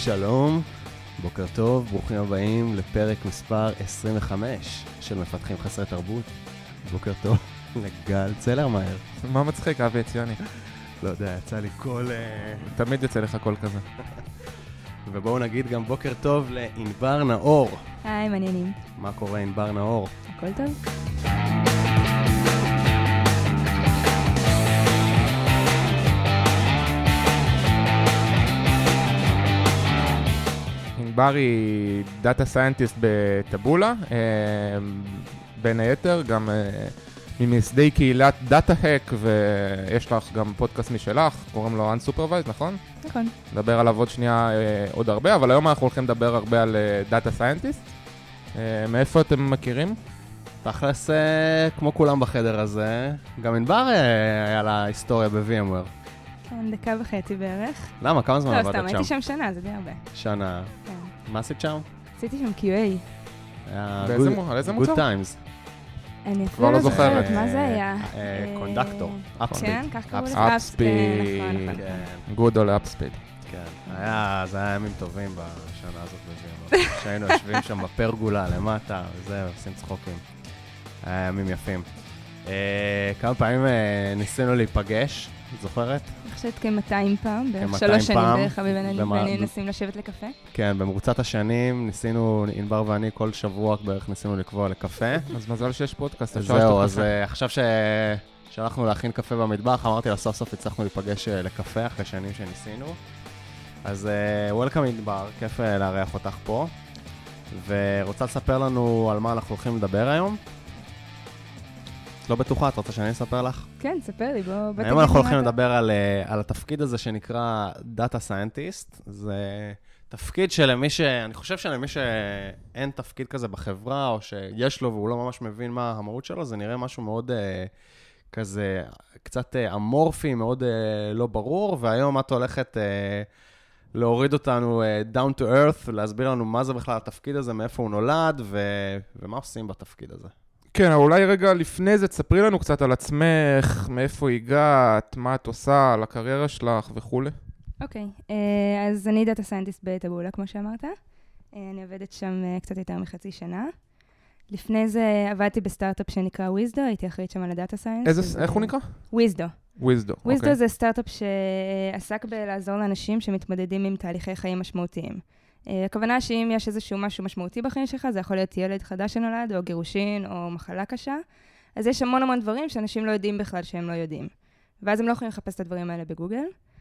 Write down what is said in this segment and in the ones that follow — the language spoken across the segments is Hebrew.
שלום, בוקר טוב, ברוכים הבאים לפרק מספר 25 של מפתחים חסרי תרבות. בוקר טוב לגל צלרמייר. מה מצחיק, אבי עציוני? לא יודע, יצא לי קול... תמיד יוצא לך קול כזה. ובואו נגיד גם בוקר טוב לענבר נאור. היי, מעניינים. מה קורה ענבר נאור? הכל טוב? ענבר היא דאטה סיינטיסט בטבולה, בין היתר גם ממייסדי קהילת דאטה-האק, ויש לך גם פודקאסט משלך, קוראים לו Unsupervised, נכון? נכון. נדבר עליו עוד שנייה עוד הרבה, אבל היום אנחנו הולכים לדבר הרבה על דאטה סיינטיסט. מאיפה אתם מכירים? תכלס, כמו כולם בחדר הזה, גם ענבר היה לה היסטוריה ב-VMware. כן, דקה וחצי בערך. למה? כמה זמן עבדת שם? לא, סתם, הייתי שם שנה, זה די הרבה. שנה. כן. מה עשית שם? עשיתי שם QA. על איזה מוצר? Good times. אני כבר לא זוכרת. מה זה היה? קונדקטור. כן, כך קראו לזה. Upspeed. נכון, נכון. Good old Upspeed. כן, זה היה ימים טובים בשנה הזאת ב-VMware. שהיינו יושבים שם בפרגולה למטה, וזה, עושים צחוקים. היה ימים יפים. כמה פעמים ניסינו להיפגש, את זוכרת? אני חושבת כ-200 פעם, בערך כ-200 3 שנים פעם. בערך ואני נסים לשבת לקפה. כן, במרוצת השנים ניסינו, ענבר ואני כל שבוע בערך ניסינו לקבוע לקפה. אז מזל שיש פודקאסט. זהו, אז עכשיו שהלכנו להכין קפה במטבח, אמרתי לה סוף סוף הצלחנו להיפגש לקפה אחרי שנים שניסינו. אז וולקאם ענבר, כיף לארח אותך פה. ורוצה לספר לנו על מה אנחנו הולכים לדבר היום? את לא בטוחה, את רוצה שאני אספר לך? כן, ספר לי, בוא תגיד. היום אנחנו הולכים לדבר על התפקיד הזה שנקרא Data Scientist. זה תפקיד אני חושב שלמי שאין תפקיד כזה בחברה, או שיש לו והוא לא ממש מבין מה המהות שלו, זה נראה משהו מאוד כזה, קצת אמורפי, מאוד לא ברור, והיום את הולכת להוריד אותנו down to earth, להסביר לנו מה זה בכלל התפקיד הזה, מאיפה הוא נולד, ומה עושים בתפקיד הזה. כן, אולי רגע לפני זה תספרי לנו קצת על עצמך, מאיפה הגעת, מה את עושה, על הקריירה שלך וכו'. אוקיי, אז אני דאטה סיינטיסט בטבולה, כמו שאמרת. אני עובדת שם קצת יותר מחצי שנה. לפני זה עבדתי בסטארט-אפ שנקרא וויזדו, הייתי אחראית שם על הדאטה סיינס. איך הוא נקרא? וויזדו. וויזדו, אוקיי. וויזדו זה סטארט-אפ שעסק בלעזור לאנשים שמתמודדים עם תהליכי חיים משמעותיים. הכוונה שאם יש איזשהו משהו משמעותי בחיים שלך, זה יכול להיות ילד חדש שנולד, או גירושין, או מחלה קשה. אז יש המון דברים שאנשים לא יודעים בכלל שהם לא יודעים. ואז הם לא יכולים לחפש את הדברים האלה בגוגל.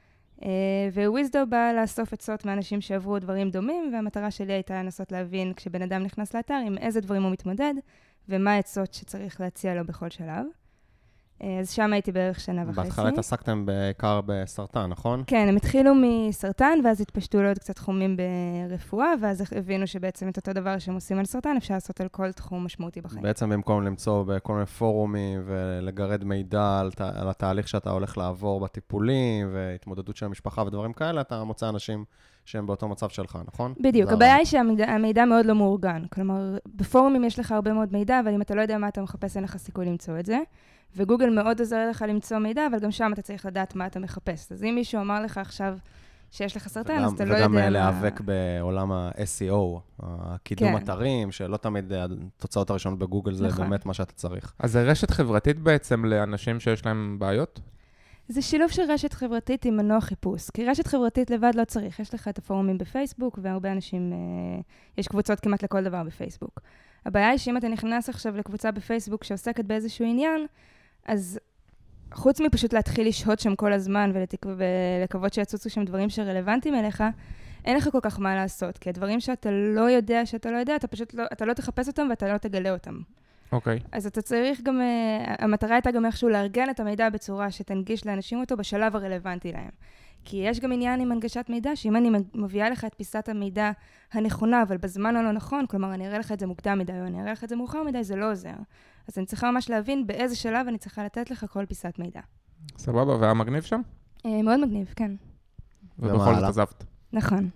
וויזדו בא לאסוף עצות מאנשים שעברו דברים דומים, והמטרה שלי הייתה לנסות להבין, כשבן אדם נכנס לאתר, עם איזה דברים הוא מתמודד, ומה העצות שצריך להציע לו בכל שלב. אז שם הייתי בערך שנה וחצי. בהתחלה התעסקתם בעיקר בסרטן, נכון? כן, הם התחילו מסרטן, ואז התפשטו לעוד קצת תחומים ברפואה, ואז הבינו שבעצם את אותו דבר שהם עושים על סרטן, אפשר לעשות על כל תחום משמעותי בחיים. בעצם במקום למצוא בכל מיני פורומים ולגרד מידע על התהליך שאתה הולך לעבור בטיפולים, והתמודדות של המשפחה ודברים כאלה, אתה מוצא אנשים שהם באותו מצב שלך, נכון? בדיוק, הבעיה היא שהמידע מאוד לא מאורגן. כלומר, בפורומים יש לך הרבה מאוד מידע, אבל אם אתה לא יודע מה אתה מחפש, אין לך סיכוי למצוא את זה. וגוגל מאוד עוזר לך למצוא מידע, אבל גם שם אתה צריך לדעת מה אתה מחפש. אז אם מישהו אמר לך עכשיו שיש לך סרטן, אז אתה לא יודע מה... וגם להיאבק בעולם ה-SEO, הקידום אתרים, שלא תמיד התוצאות הראשונות בגוגל זה באמת מה שאתה צריך. אז זה רשת חברתית בעצם לאנשים שיש להם בעיות? זה שילוב של רשת חברתית עם מנוע חיפוש. כי רשת חברתית לבד לא צריך. יש לך את הפורומים בפייסבוק, והרבה אנשים, יש קבוצות כמעט לכל דבר בפייסבוק. הבעיה היא שאם אתה נכנס עכשיו לקבוצה בפייסבוק שעוסקת באיזשהו עניין, אז חוץ מפשוט להתחיל לשהות שם כל הזמן ולקוות שיצוצו שם דברים שרלוונטיים אליך, אין לך כל כך מה לעשות, כי הדברים שאתה לא יודע, אתה לא תחפש אותם ואתה לא תגלה אותם. אוקיי. אז אתה צריך גם, המטרה הייתה גם איכשהו לארגן את המידע בצורה שתנגיש לאנשים אותו בשלב הרלוונטי להם. כי יש גם עניין עם הנגשת מידע, שאם אני מביאה לך את פיסת המידע הנכונה, אבל בזמן הלא נכון, כלומר, אני אראה לך את זה מוקדם מדי, או אני אראה לך את זה מאוחר מדי, זה לא עוזר. אז אני צריכה ממש להבין באיזה שלב אני צריכה לתת לך כל פיסת מידע. סבבה, והיה מגניב שם? מאוד מגניב, כן. ובכל זאת עזבת. נכון.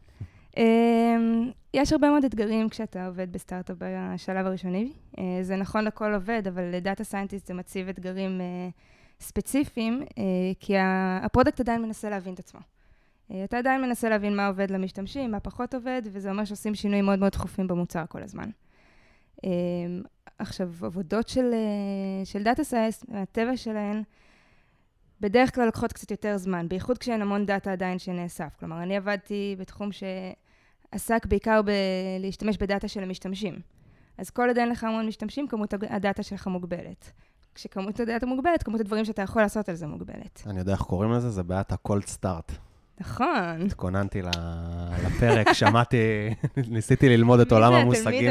יש הרבה מאוד אתגרים כשאתה עובד בסטארט-אפ בשלב הראשוני. זה נכון לכל עובד, אבל לדאטה סיינטיסט זה מציב אתגרים ספציפיים, כי הפרודקט עדיין מנסה להבין את עצמו. אתה עדיין מנסה להבין מה עובד למשתמשים, מה פחות עובד, וזה אומר שעושים שינויים מאוד מאוד דחופים במוצר כל הזמן. עכשיו, עבודות של דאטה סייאנס, הטבע שלהן, בדרך כלל לוקחות קצת יותר זמן, בייחוד כשאין המון דאטה עדיין שנאסף. כלומר, אני עבדתי בתחום שעסק בעיקר להשתמש בדאטה של המשתמשים. אז כל עוד אין לך המון משתמשים, כמות הדאטה שלך מוגבלת. כשכמות הדאטה מוגבלת, כמות הדברים שאתה יכול לעשות על זה מוגבלת. אני יודע איך קוראים לזה, זה בעיית ה-cold start. נכון. התכוננתי לפרק, שמעתי, ניסיתי ללמוד את עולם המושגים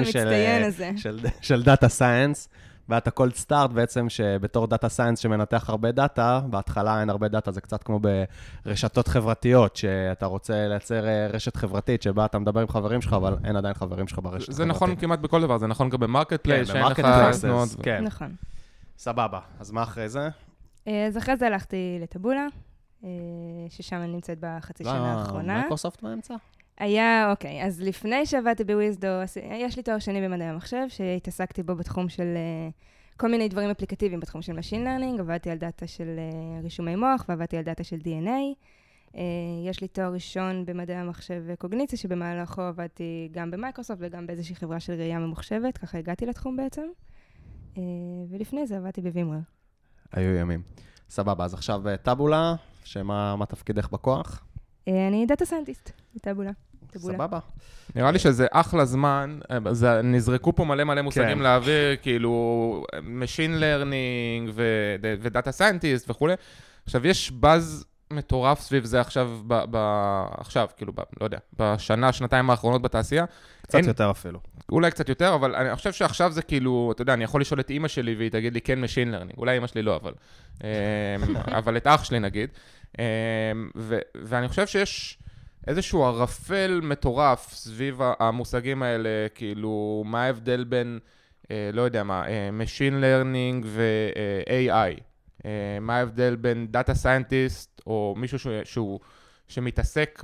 של דאטה סיינס. בעיית ה-cold start בעצם שבתור דאטה סיינס שמנתח הרבה דאטה, בהתחלה אין הרבה דאטה, זה קצת כמו ברשתות חברתיות, שאתה רוצה לייצר רשת חברתית שבה אתה מדבר עם חברים שלך, אבל אין עדיין חברים שלך ברשת חברתית. זה נכון כמעט בכל דבר, זה נכון גם במרקט פלייס, שאין לך תנועות. כן, נכון. סבבה, אז מה אחרי זה? אז אחרי זה הלכתי לטבולה, ששם אני נמצאת בחצי שנה האחרונה. מייקרוסופט באמצע? היה, אוקיי, אז לפני שעבדתי בוויזדו, יש לי תואר שני במדעי המחשב, שהתעסקתי בו בתחום של כל מיני דברים אפליקטיביים בתחום של Machine Learning, עבדתי על דאטה של רישומי מוח, ועבדתי על דאטה של DNA. יש לי תואר ראשון במדעי המחשב וקוגניציה, שבמהלכו עבדתי גם במייקרוסופט וגם באיזושהי חברה של ראייה ממוחשבת, ככה הגעתי לתחום בעצם. ולפני זה עבדתי בווימוור. היו ימים. סבבה, אז עכשיו טאבולה, שמה תפקידך בכוח? אני דאטה סיינטיסט בטאבולה. סבבה. נראה לי שזה אחלה זמן, נזרקו פה מלא מושגים לאוויר, כאילו Machine Learning ודאטה סיינטיסט וכו'. עכשיו, יש באז מטורף סביב זה עכשיו, כאילו, לא יודע, בשנה, שנתיים האחרונות בתעשייה. קצת יותר אפילו. אולי קצת יותר, אבל אני חושב שעכשיו זה כאילו, אתה יודע, אני יכול לשאול את אמא שלי והיא תגיד לי, כן, Machine Learning. אולי אמא שלי לא, אבל את אח שלי נגיד. ואני חושב שיש איזשהו ערפל מטורף סביב המושגים האלה, כאילו, מה ההבדל בין, לא יודע מה, Machine Learning ו-AI? מה ההבדל בין Data Scientist או מישהו שמתעסק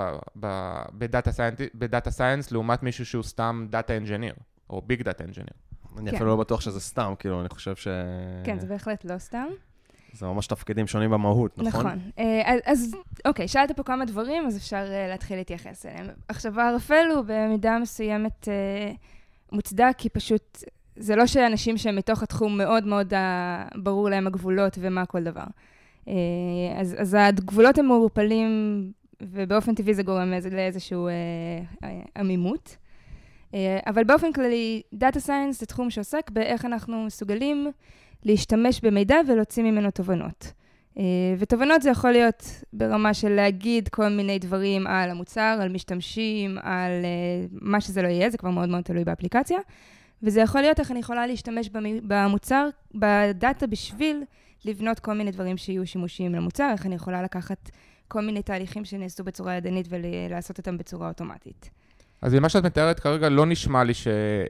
בדאטה סיינס, לעומת מישהו שהוא סתם Data Engineer, או Big Data Engineer. אני אפילו לא בטוח שזה סתם, כאילו, אני חושב כן, זה בהחלט לא סתם. זה ממש תפקידים שונים במהות, נכון? נכון. אז אוקיי, שאלת פה כמה דברים, אז אפשר להתחיל להתייחס אליהם. עכשיו, הערפל הוא במידה מסוימת מוצדק, כי פשוט זה לא שאנשים שהם מתוך התחום מאוד מאוד ברור להם הגבולות ומה כל דבר. אז הגבולות הם מעורפלים, ובאופן טבעי זה גורם לאיזשהו עמימות. אבל באופן כללי, דאטה סיינס זה תחום שעוסק באיך אנחנו מסוגלים להשתמש במידע ולהוציא ממנו תובנות. ותובנות זה יכול להיות ברמה של להגיד כל מיני דברים על המוצר, על משתמשים, על מה שזה לא יהיה, זה כבר מאוד מאוד תלוי באפליקציה. וזה יכול להיות איך אני יכולה להשתמש במוצר, בדאטה בשביל לבנות כל מיני דברים שיהיו שימושיים למוצר, איך אני יכולה לקחת כל מיני תהליכים שנעשו בצורה ידנית ולעשות אותם בצורה אוטומטית. אז מה שאת מתארת כרגע לא נשמע לי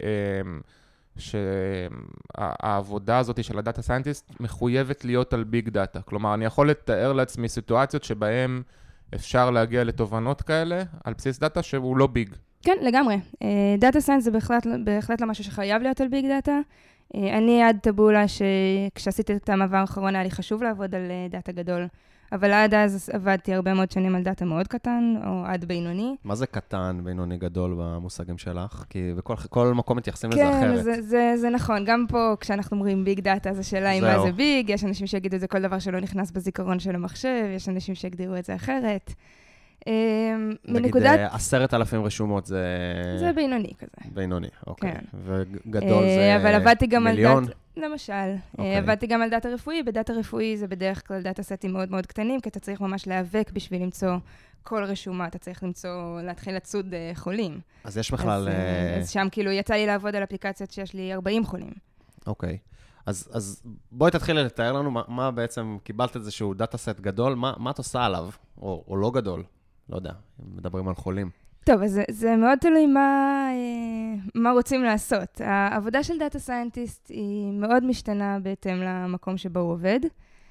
שהעבודה הזאת של הדאטה סיינטיסט מחויבת להיות על ביג דאטה. כלומר, אני יכול לתאר לעצמי סיטואציות שבהן אפשר להגיע לתובנות כאלה על בסיס דאטה שהוא לא ביג. כן, לגמרי. דאטה סיינס זה בהחלט לא משהו שחייב להיות על ביג דאטה. אני עד טבולה שכשעשיתי את המעבר האחרון היה לי חשוב לעבוד על דאטה גדול, אבל עד אז עבדתי הרבה מאוד שנים על דאטה מאוד קטן, או עד בינוני. מה זה קטן, בינוני, גדול במושגים שלך? כי בכל מקום מתייחסים לזה אחרת. כן, זה נכון. גם פה, כשאנחנו אומרים ביג דאטה, זו שאלה עם מה זה ביג. יש אנשים שיגידו את זה כל דבר שלא נכנס בזיכרון של המחשב, יש אנשים שיגדירו את זה אחרת. נגיד 10,000 רשומות זה... זה בינוני כזה. בינוני, אוקיי. וגדול זה אבל עבדתי גם על מיליון? למשל. עבדתי גם על דאטה רפואי. בדאטה רפואי זה בדרך כלל דאטה סטים מאוד מאוד קטנים, כי אתה צריך ממש להיאבק בשביל למצוא כל רשומה. אתה צריך להתחיל לצוד חולים. אז יש בכלל... אז שם כאילו יצא לי לעבוד על אפליקציות שיש לי 40 חולים. אוקיי. אז בואי תתחילי לתאר לנו מה בעצם קיבלת איזשהו דאטה סט גדול, מה את עושה עליו, או לא גדול. לא יודע, מדברים על חולים. טוב, אז זה מאוד תלוי מה רוצים לעשות. העבודה של דאטה סיינטיסט היא מאוד משתנה בהתאם למקום שבו הוא עובד.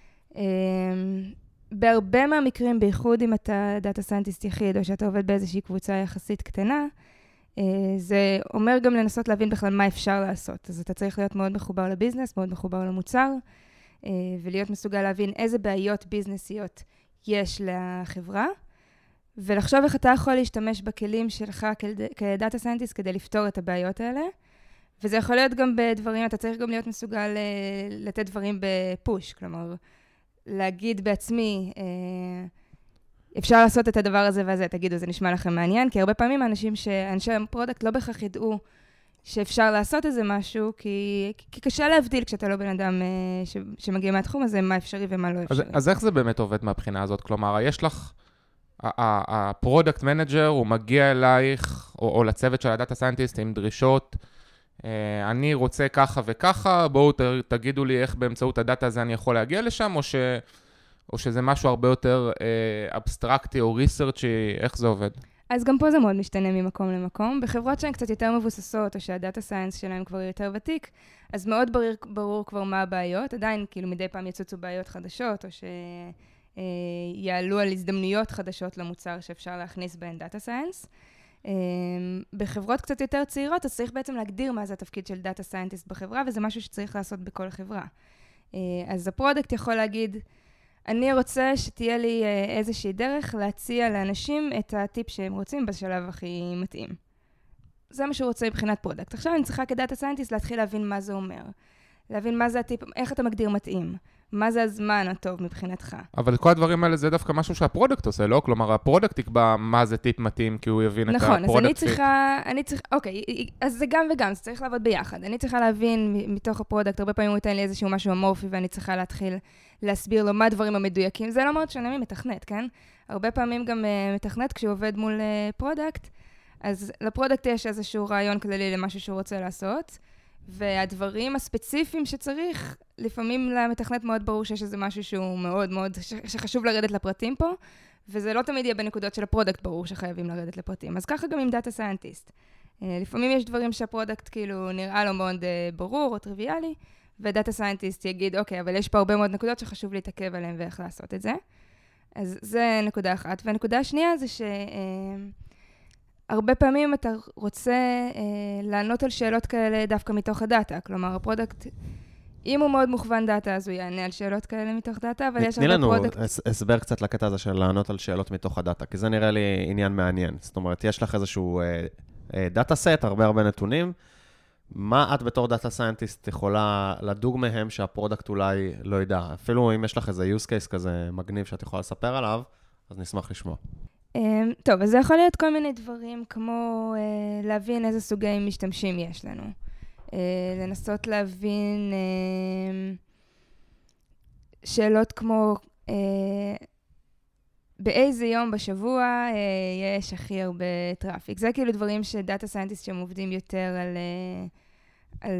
בהרבה מהמקרים, בייחוד אם אתה דאטה סיינטיסט יחיד, או שאתה עובד באיזושהי קבוצה יחסית קטנה, זה אומר גם לנסות להבין בכלל מה אפשר לעשות. אז אתה צריך להיות מאוד מחובר לביזנס, מאוד מחובר למוצר, ולהיות מסוגל להבין איזה בעיות ביזנסיות יש לחברה, ולחשוב איך אתה יכול להשתמש בכלים שלך כדאטה סיינטיסט כדי לפתור את הבעיות האלה. וזה יכול להיות גם בדברים, אתה צריך גם להיות מסוגל לתת דברים בפוש, כלומר, להגיד בעצמי, אפשר לעשות את הדבר הזה והזה, תגידו, זה נשמע לכם מעניין, כי הרבה פעמים אנשי הפרודקט לא בכך ידעו שאפשר לעשות איזה משהו, כי קשה להבדיל כשאתה לא בן אדם שמגיע מהתחום הזה, מה אפשרי ומה לא אפשרי. אז איך זה באמת עובד מהבחינה הזאת? כלומר, יש לך, הפרודקט מנג'ר, הוא מגיע אלייך, או לצוות של הדאטה סיינטיסט עם דרישות, אני רוצה ככה וככה, בואו תגידו לי איך באמצעות הדאטה הזה אני יכול להגיע לשם, או שזה משהו הרבה יותר אבסטרקטי או ריסרצ'י, איך זה עובד? אז גם פה זה מאוד משתנה ממקום למקום. בחברות שהן קצת יותר מבוססות, או שהדאטה סיינס שלהן כבר יותר ותיק, אז מאוד ברור כבר מה הבעיות. עדיין, כאילו, מדי פעם יצוצו בעיות חדשות, או שיעלו על הזדמנויות חדשות למוצר שאפשר להכניס בהן דאטה סיינס. בחברות קצת יותר צעירות, אז צריך בעצם להגדיר מה זה התפקיד של דאטה סיינטיסט בחברה, וזה משהו שצריך לעשות בכל חברה. אז הפרודקט יכול להגיד, אני רוצה שתהיה לי איזושהי דרך להציע לאנשים את הטיפ שהם רוצים בשלב הכי מתאים. זה מה שהוא רוצה מבחינת פרודקט. עכשיו אני צריכה כדאטה סיינטיסט להתחיל להבין מה זה אומר. להבין מה זה הטיפ, איך אתה מגדיר מתאים. מה זה הזמן הטוב מבחינתך. אבל כל הדברים האלה זה דווקא משהו שהפרודקט עושה, לא? כלומר, הפרודקט יקבע מה זה טיפ מתאים, כי הוא יבין את הפרודקט. נכון, אז אני צריכה, אוקיי, אז זה גם וגם, זה צריך לעבוד ביחד. אני צריכה להבין מתוך הפרודקט, הרבה פעמים הוא ייתן לי איזשהו משהו אמורפי, ואני צריכה להתחיל להסביר לו מה הדברים המדויקים. זה לא מאוד שונה ממתכנת, כן? הרבה פעמים גם מתכנת, כשהוא עובד מול פרודקט, אז לפרודקט יש איזשהו רעיון כללי למשהו שהוא רוצה לעשות, והדברים הספציפיים שצריך, לפעמים למתכנת מאוד ברור שיש איזה משהו שהוא מאוד מאוד, שחשוב לרדת לפרטים פה, וזה לא תמיד יהיה בנקודות של הפרודקט ברור שחייבים לרדת לפרטים. אז ככה גם עם דאטה סיינטיסט. לפעמים יש דברים שהפרודקט כאילו נראה לו מאוד ברור או טריוויאלי, ודאטה סיינטיסט יגיד, אוקיי, אבל יש פה הרבה מאוד נקודות שחשוב להתעכב עליהן ואיך לעשות את זה. אז זה נקודה אחת. והנקודה השנייה זה הרבה פעמים אתה רוצה לענות על שאלות כאלה דווקא מתוך הדאטה. כלומר, הפרודקט, אם הוא מאוד מוכוון דאטה, אז הוא יענה על שאלות כאלה מתוך דאטה, אבל יש הרבה פרודקט... תני לנו הסבר קצת לקטע הזה של לענות על שאלות מתוך הדאטה, כי זה נראה לי עניין מעניין. זאת אומרת, יש לך איזשהו דאטה סט, הרבה נתונים. מה את בתור דאטה סיינטיסט יכולה לדוג מהם שהפרודקט אולי לא ידע? אפילו אם יש לך איזה use case כזה מגניב שאת יכולה לספר עליו, אז נשמח לשמוע. טוב, אז זה יכול להיות כל מיני דברים, כמו להבין איזה סוגי משתמשים יש לנו. לנסות להבין שאלות כמו באיזה יום בשבוע יש הכי הרבה טראפיק. זה כאילו דברים שדאטה סיינטיסט שהם עובדים יותר על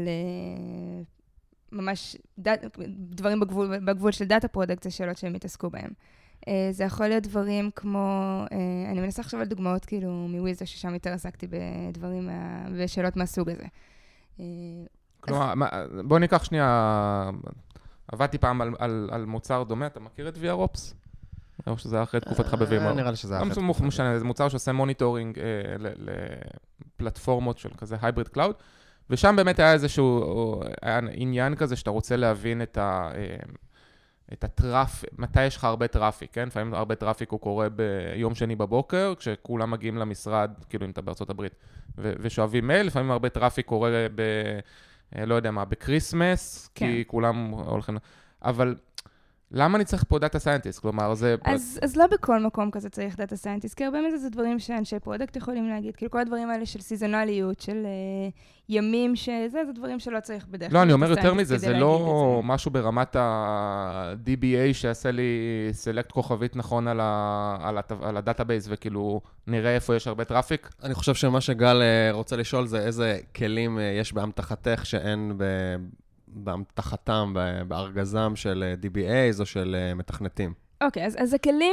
ממש דברים בגבול של דאטה פרודקט, זה שאלות שהם התעסקו בהם. זה יכול להיות דברים כמו, אני מנסה עכשיו על דוגמאות כאילו מוויזו, ששם יותר עסקתי בדברים ושאלות מהסוג הזה. כלומר, בוא ניקח שנייה, עבדתי פעם על מוצר דומה, אתה מכיר את VROps? או שזה היה אחרי תקופתך ב-VMware? נראה לי שזה היה אחרי תקופתך. משנה, זה מוצר שעושה מוניטורינג לפלטפורמות של כזה הייבריד קלאוד, ושם באמת היה איזשהו עניין כזה שאתה רוצה להבין את הטראפיק, מתי יש לך הרבה טראפיק, כן? לפעמים הרבה טראפיק הוא קורה ביום שני בבוקר, כשכולם מגיעים למשרד, כאילו אם אתה בארצות הברית, ושואבים מייל, לפעמים הרבה טראפיק קורה לא יודע מה, בקריסמס, כי כולם הולכים... אבל למה אני צריך פה דאטה סיינטיסט? כלומר, זה... אז לא בכל מקום כזה צריך דאטה סיינטיסט, כי הרבה מזה זה דברים שאנשי פרודקט יכולים להגיד. כאילו כל הדברים האלה של סיזונליות, של ימים שזה, זה דברים שלא צריך בדרך כלל. לא, אני אומר יותר מזה, זה לא משהו ברמת ה-DBA שיעשה לי סלקט כוכבית נכון על הדאטאבייס, וכאילו נראה איפה יש הרבה טראפיק. אני חושב שמה שגל רוצה לשאול זה איזה כלים יש באמתחתך שאין באמתחתם, בארגזם של DBAs או של מתכנתים. אוקיי, אז הכלים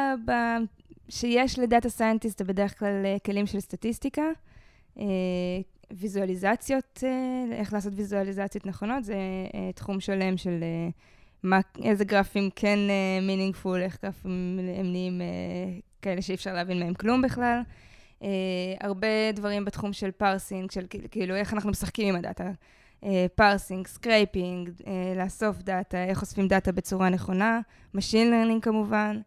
שיש לדאטה סיינטיסט, זה בדרך כלל כלים של סטטיסטיקה, ויזואליזציות, איך לעשות ויזואליזציות נכונות, זה תחום שלם של איזה גרפים כן meaningful, איך גרפים הם נהיים כאלה שאי אפשר להבין מהם כלום בכלל. הרבה דברים בתחום של פארסינג, של כאילו איך אנחנו משחקים עם הדאטה. פארסינג, סקרייפינג, לאסוף דאטה, איך אוספים דאטה בצורה נכונה, Machine Learning כמובן.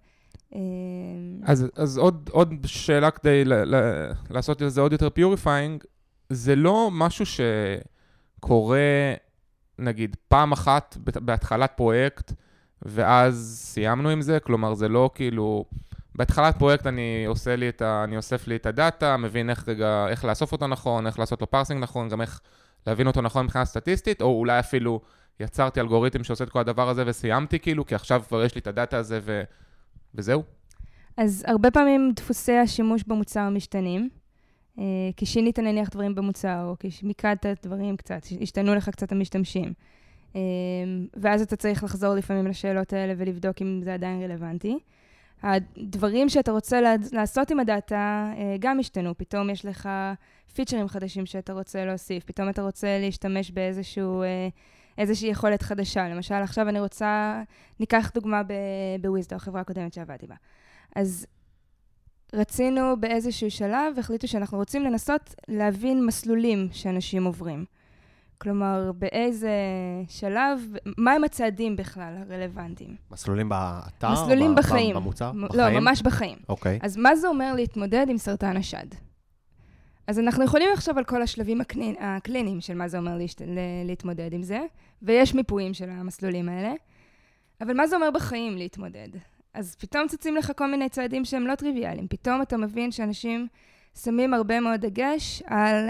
אז עוד שאלה כדי לעשות את זה עוד יותר פיוריפיינג, זה לא משהו שקורה, נגיד, פעם אחת בהתחלת פרויקט, ואז סיימנו עם זה, כלומר זה לא כאילו, בהתחלת פרויקט אני אוסף לי את הדאטה, מבין איך לאסוף אותו נכון, איך לעשות לו פארסינג נכון, גם איך להבין אותו נכון מבחינה סטטיסטית, או אולי אפילו יצרתי אלגוריתם שעושה את כל הדבר הזה וסיימתי כאילו, כי עכשיו כבר יש לי את הדאטה הזה וזהו. אז הרבה פעמים דפוסי השימוש במוצר משתנים, כי שינית נניח דברים במוצר, או כי מיקדת דברים קצת, השתנו לך קצת המשתמשים. ואז אתה צריך לחזור לפעמים לשאלות האלה ולבדוק אם זה עדיין רלוונטי. הדברים שאתה רוצה לעשות עם הדאטה גם השתנו. פתאום יש לך פיצ'רים חדשים שאתה רוצה להוסיף. פתאום אתה רוצה להשתמש איזושהי יכולת חדשה. למשל, עכשיו אני רוצה, ניקח דוגמה בוויזדו, החברה הקודמת שעבדתי בה. אז רצינו באיזשהו שלב, והחליטו שאנחנו רוצים לנסות להבין מסלולים שאנשים עוברים. כלומר, באיזה שלב, מהם הצעדים בכלל הרלוונטיים? מסלולים באתר? מסלולים בחיים. במוצר? לא, ממש בחיים. אוקיי. אז מה זה אומר להתמודד עם סרטן השד? אז אנחנו יכולים לחשוב על כל השלבים הקליניים של מה זה אומר להתמודד עם זה, ויש מיפויים של המסלולים האלה, אבל מה זה אומר בחיים להתמודד? אז פתאום צצים לך כל מיני צעדים שהם לא טריוויאליים. פתאום אתה מבין שאנשים שמים הרבה מאוד דגש על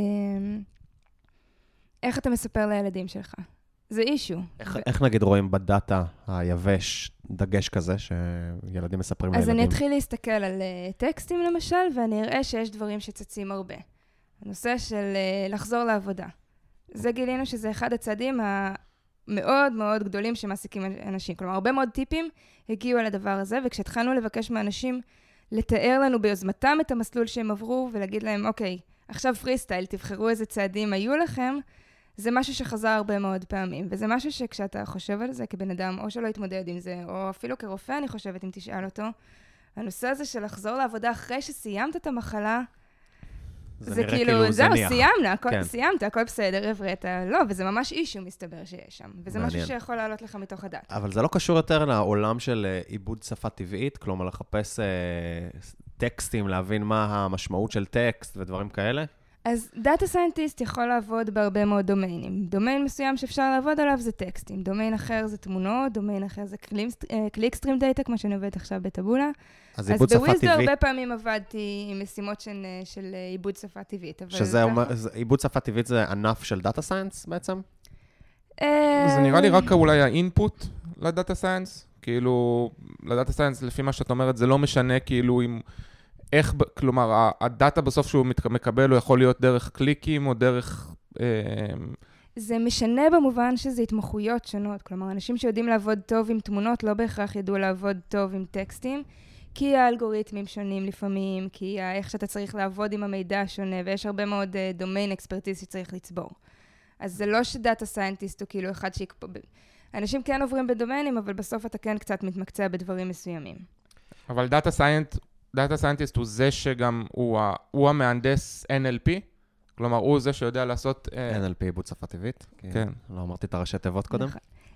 איך אתה מספר לילדים שלך. זה אישו. איך נגיד רואים בדאטה היבש דגש כזה שילדים מספרים לילדים? אז אני אתחיל להסתכל על טקסטים למשל, ואני אראה שיש דברים שצצים הרבה. הנושא של לחזור לעבודה. זה גילינו שזה אחד הצעדים מאוד מאוד גדולים שמעסיקים אנשים. כלומר, הרבה מאוד טיפים הגיעו על הדבר הזה, וכשהתחלנו לבקש מאנשים לתאר לנו ביוזמתם את המסלול שהם עברו, ולהגיד להם, אוקיי, עכשיו פרי סטייל, תבחרו איזה צעדים היו לכם, זה משהו שחזר הרבה מאוד פעמים. וזה משהו שכשאתה חושב על זה כבן אדם, או שלא יתמודד עם זה, או אפילו כרופא, אני חושבת, אם תשאל אותו, הנושא הזה של לחזור לעבודה אחרי שסיימת את המחלה, זה כאילו, זהו, סיימת, הכל בסדר, הבראת, לא, וזה ממש אישו מסתבר שיש שם, וזה משהו שיכול לעלות לך מתוך הדאטה. אבל זה לא קשור יותר לעולם של עיבוד שפה טבעית, כלומר לחפש טקסטים, להבין מה המשמעות של טקסט ודברים כאלה? אז דאטה סיינטיסט יכול לעבוד בהרבה מאוד דומיינים. דומיין מסוים שאפשר לעבוד עליו זה טקסטים, דומיין אחר זה תמונות, דומיין אחר זה קליקסטרים דאטה, כמו שאני עובדת עכשיו בטבולה. אז עיבוד שפה טבעית... בוויזדו הרבה פעמים עבדתי עם משימות של עיבוד שפה טבעית. שזה אומר, עיבוד שפה טבעית זה ענף של דאטה סיינס בעצם? זה נראה לי רק אולי האינפוט לדאטה סיינס. כאילו, לדאטה סיינס, לפי מה שאת אומרת, זה לא משנה כאילו אם... איך, כלומר, הדאטה בסוף שהוא מקבל, הוא יכול להיות דרך קליקים או דרך... זה משנה במובן שזה התמחויות שונות. כלומר, אנשים שיודעים לעבוד טוב עם תמונות, לא בהכרח ידעו לעבוד טוב עם טקסטים, כי האלגוריתמים שונים לפעמים, כי איך שאתה צריך לעבוד עם המידע שונה, ויש הרבה מאוד דומיין אקספרטיז שצריך לצבור. אז זה לא שדאטה סיינטיסט הוא כאילו אחד שיקפו... אנשים כן עוברים בדומיינים, אבל בסוף אתה כן קצת מתמקצע בדברים מסוימים. אבל דאטה סיינטיסט הוא זה שגם הוא המהנדס NLP, כלומר הוא זה שיודע לעשות... NLP עיבוד שפה טבעית? כן. לא אמרתי את הראשי תיבות קודם.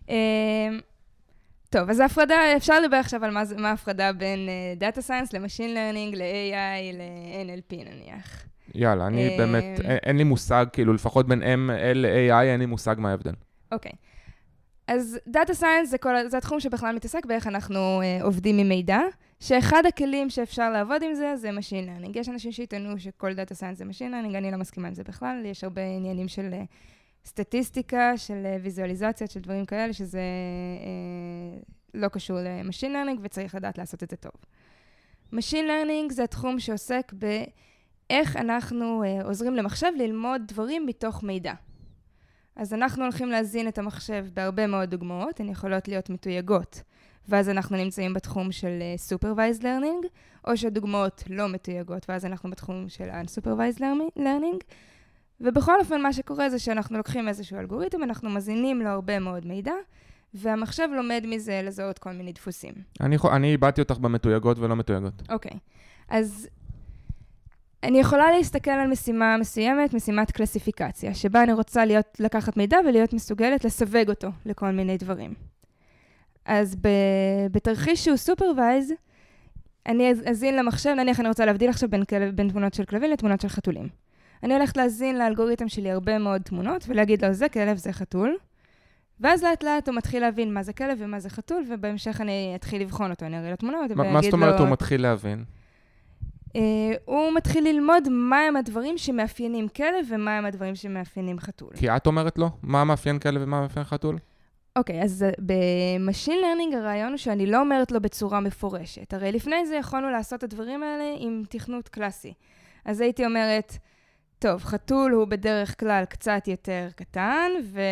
טוב, אז ההפרדה, אפשר לדבר עכשיו על מה ההפרדה בין דאטה סיינס למשין לרנינג, ל-AI, ל-NLP נניח. יאללה, אני באמת, אין לי מושג, כאילו לפחות בין ML ל-AI אין לי מושג מה ההבדל. אוקיי. אז דאטה סיינס זה התחום שבכלל מתעסק באיך אנחנו עובדים עם מידע, שאחד הכלים שאפשר לעבוד עם זה משין לרנינג. יש אנשים שיטענו שכל דאטה סיינס זה משין לרנינג, אני לא מסכימה עם זה בכלל, יש הרבה עניינים של סטטיסטיקה, של ויזואליזציות, של דברים כאלה, שזה לא קשור למשין לרנינג וצריך לדעת לעשות את זה טוב. משין לרנינג זה התחום שעוסק באיך אנחנו עוזרים למחשב ללמוד דברים מתוך מידע. אז אנחנו הולכים להזין את המחשב בהרבה מאוד דוגמאות, הן יכולות להיות מתויגות, ואז אנחנו נמצאים בתחום של Supervised Learning, או שדוגמאות לא מתויגות, ואז אנחנו בתחום של Unsupervised Learning, ובכל אופן מה שקורה זה שאנחנו לוקחים איזשהו אלגוריתם, אנחנו מזינים לו הרבה מאוד מידע, והמחשב לומד מזה לזהות כל מיני דפוסים. אני איבדתי אותך במתויגות ולא מתויגות. אוקיי, אז... אני יכולה להסתכל על משימה מסוימת, משימת קלסיפיקציה, שבה אני רוצה לקחת מידע ולהיות מסוגלת לסווג אותו לכל מיני דברים. אז בתרחיש שהוא סופרוויז, אני אזין למחשב, נניח אני רוצה להבדיל עכשיו בין תמונות של כלבים לתמונות של חתולים. אני הולכת להזין לאלגוריתם שלי הרבה מאוד תמונות, ולהגיד לו, זה כלב, זה חתול. ואז לאט לאט הוא מתחיל להבין מה זה כלב ומה זה חתול, ובהמשך אני אתחיל לבחון אותו, אני אראה לו תמונות, מה זאת אומרת הוא מתחיל להבין? הוא מתחיל ללמוד מהם הדברים שמאפיינים כלב, ומהם הדברים שמאפיינים חתול. כי את אומרת לו, מה מאפיין כלב ומה מאפיין חתול? אוקיי, אז במשין לרנינג הרעיון הוא שאני לא אומרת לו בצורה מפורשת. הרי לפני זה יכולנו לעשות את הדברים האלה עם תכנות קלאסי. אז הייתי אומרת, טוב, חתול הוא בדרך כלל קצת יותר קטן,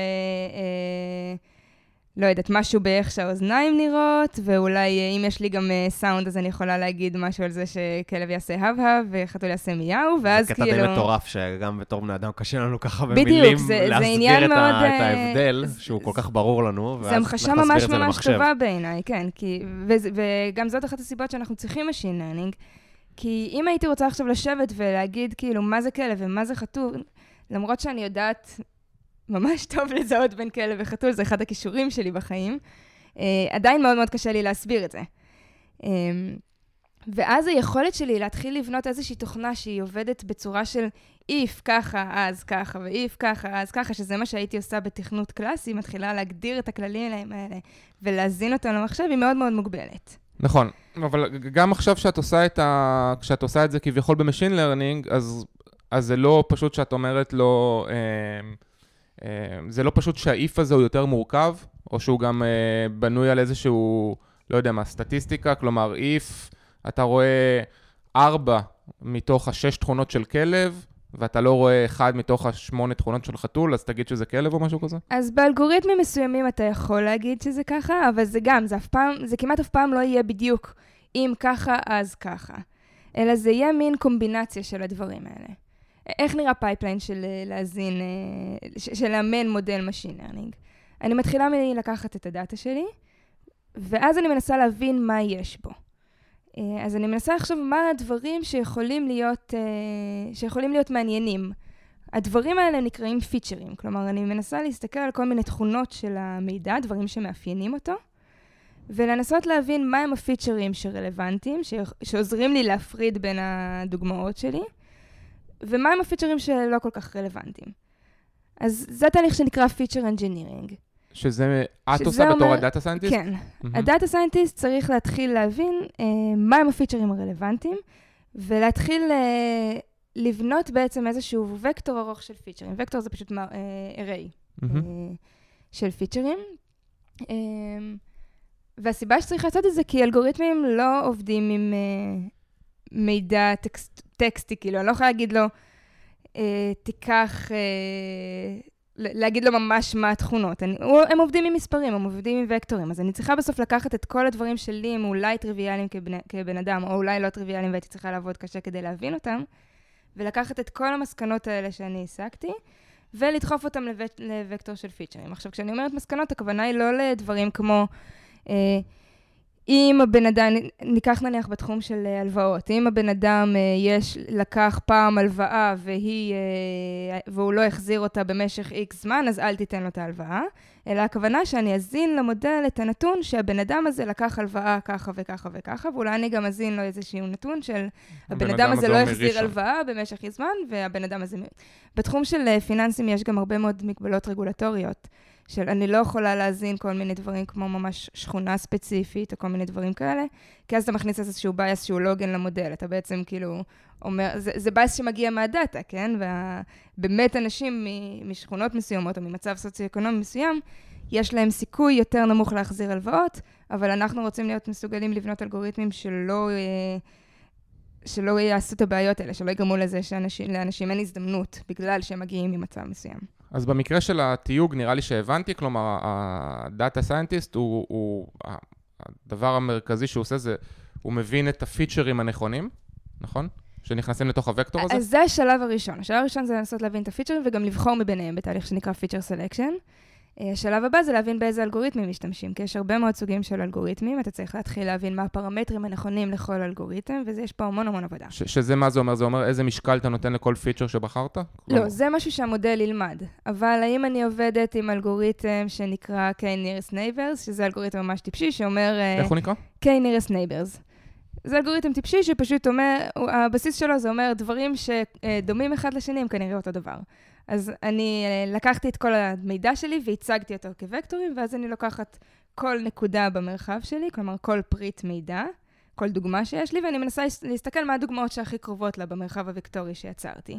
לא יודעת, משהו באיך שהאוזניים נראות, ואולי אם יש לי גם סאונד, אז אני יכולה להגיד משהו על זה שכלב יעשה הבהב, וחתול יעשה מיהו, ואז כאילו... זה קטע די מטורף, שגם בתור בני אדם קשה לנו ככה במילים להסביר את ההבדל, שהוא כל כך ברור לנו, זה המחשה ממש ממש טובה בעיניי, כן, וגם זאת אחת הסיבות שאנחנו צריכים machine learning, כי אם הייתי רוצה עכשיו לשבת ולהגיד כאילו מה זה כלב ומה זה חתול, למרות שאני יודעת ממש טוב לזהות בין כלב וחתול, זה אחד הכישורים שלי בחיים, עדיין מאוד מאוד קשה לי להסביר את זה. ואז היכולת שלי להתחיל לבנות איזושהי תוכנה שהיא עובדת בצורה של if ככה, אז ככה, ואיף ככה, אז ככה, שזה מה שהייתי עושה בתכנות קלאסי, מתחילה להגדיר את הכללים האלה ולהזין אותם למחשב, היא מאוד מאוד מוגבלת. נכון, אבל גם עכשיו כשאת עושה את זה כביכול במשין לרנינג, אז זה לא פשוט שאת אומרת לו, זה לא פשוט שהאיף הזה הוא יותר מורכב, או שהוא גם בנוי על איזשהו, לא יודע מה, סטטיסטיקה, כלומר, איף, אתה רואה 4 מתוך 6 תכונות של כלב, ואתה לא רואה 1 מתוך 8 תכונות של חתול, אז תגיד שזה כלב או משהו כזה? אז באלגוריתמים מסוימים אתה יכול להגיד שזה ככה, אבל זה כמעט אף פעם לא יהיה בדיוק אם ככה, אז ככה. אלא זה יהיה מין קומבינציה של הדברים האלה. איך נראה פייפליין של להזין, של לאמן מודל machine learning? אני מתחילה מלקחת את הדאטה שלי, ואז אני מנסה להבין מה יש בו. אז אני מנסה עכשיו מה הדברים שיכולים להיות מעניינים. הדברים האלה נקראים פיצ'רים, כלומר אני מנסה להסתכל על כל מיני תכונות של המידע, דברים שמאפיינים אותו, ולנסות להבין מהם הפיצ'רים שרלוונטיים, שעוזרים לי להפריד בין הדוגמאות שלי, ומהם הפיצ'רים שלא כל כך רלוונטיים. אז זה תהליך שנקרא פיצ'ר engineering. שזה את עושה בתור הדאטה סיינטיסט? כן. הדאטה סיינטיסט צריך להתחיל להבין מהם הפיצ'רים הרלוונטיים, ולהתחיל לבנות בעצם איזשהו וקטור ארוך של פיצ'רים. וקטור זה פשוט array של פיצ'רים. והסיבה שצריך לעשות את זה, כי אלגוריתמים לא עובדים עם מידע טקסטי, כאילו, אני לא יכולה להגיד לו, להגיד לו ממש מה התכונות. הם עובדים עם מספרים, הם עובדים עם וקטורים, אז אני צריכה בסוף לקחת את כל הדברים שלי, הם אולי טריוויאליים כבן אדם, או אולי לא טריוויאליים, והייתי צריכה לעבוד קשה כדי להבין אותם, ולקחת את כל המסקנות האלה שאני הסקתי, ולדחוף אותם לוקטור של פיצ'רים. עכשיו, כשאני אומרת מסקנות, הכוונה היא לא לדברים כמו, אם הבן אדם, ניקח נניח בתחום של הלוואות, אם הבן אדם לקח פעם הלוואה והוא לא החזיר אותה במשך X זמן, אז אל תיתן לו את ההלוואה, אלא הכוונה שאני אזין למודל את הנתון שהבן אדם הזה לקח הלוואה ככה וככה וככה, ואולי אני גם אזין לו איזשהו נתון של הבן אדם הזה לא החזיר הלוואה במשך X זמן, והבן אדם הזה... בתחום של פיננסים יש גם הרבה מאוד מגבלות רגולטוריות, של אני לא יכולה להזין כל מיני דברים כמו ממש שכונה ספציפית או כל מיני דברים כאלה, כי אז אתה מכניס איזשהו בייס שהוא לא הוגן למודל, אתה בעצם כאילו אומר, זה בייס שמגיע מהדאטה, כן? ובאמת אנשים משכונות מסוימות או ממצב סוציו-אקונומי מסוים, יש להם סיכוי יותר נמוך להחזיר הלוואות, אבל אנחנו רוצים להיות מסוגלים לבנות אלגוריתמים שלא יעשו את הבעיות האלה, שלא יגרמו לזה לאנשים אין הזדמנות בגלל שהם מגיעים ממצב מסוים. אז במקרה של התיוג נראה לי שהבנתי, כלומר, הדאטה סיינטיסט הוא הדבר המרכזי שהוא עושה זה, הוא מבין את הפיצ'רים הנכונים, נכון? שנכנסים לתוך הוקטור הזה? אז זה השלב הראשון. השלב הראשון זה לנסות להבין את הפיצ'רים וגם לבחור מביניהם בתהליך שנקרא פיצ'ר סלקשן. השלב הבא זה להבין באיזה אלגוריתמים משתמשים, כי יש הרבה מאוד סוגים של אלגוריתמים, אתה צריך להתחיל להבין מה הפרמטרים הנכונים לכל אלגוריתם, ויש פה המון המון עבודה. שזה מה זה אומר? זה אומר איזה משקל אתה נותן לכל פיצ'ר שבחרת? לא, זה משהו שהמודל ילמד, אבל האם אני עובדת עם אלגוריתם שנקרא K-Nearest Neighbors, שזה אלגוריתם ממש טיפשי, שאומר... איך הוא נקרא? K-Nearest Neighbors. זה אלגוריתם טיפשי שפשוט אומר, הבסיס שלו זה אומר דברים שדומים אחד לשני, הם כנראה אותו דבר. אז אני לקחתי את כל המידע שלי והצגתי אותו כווקטורים, ואז אני לוקחת כל נקודה במרחב שלי, כלומר כל פריט מידע, כל דוגמה שיש לי, ואני מנסה להסתכל מה הדוגמאות שהכי קרובות לה במרחב הוקטורי שיצרתי.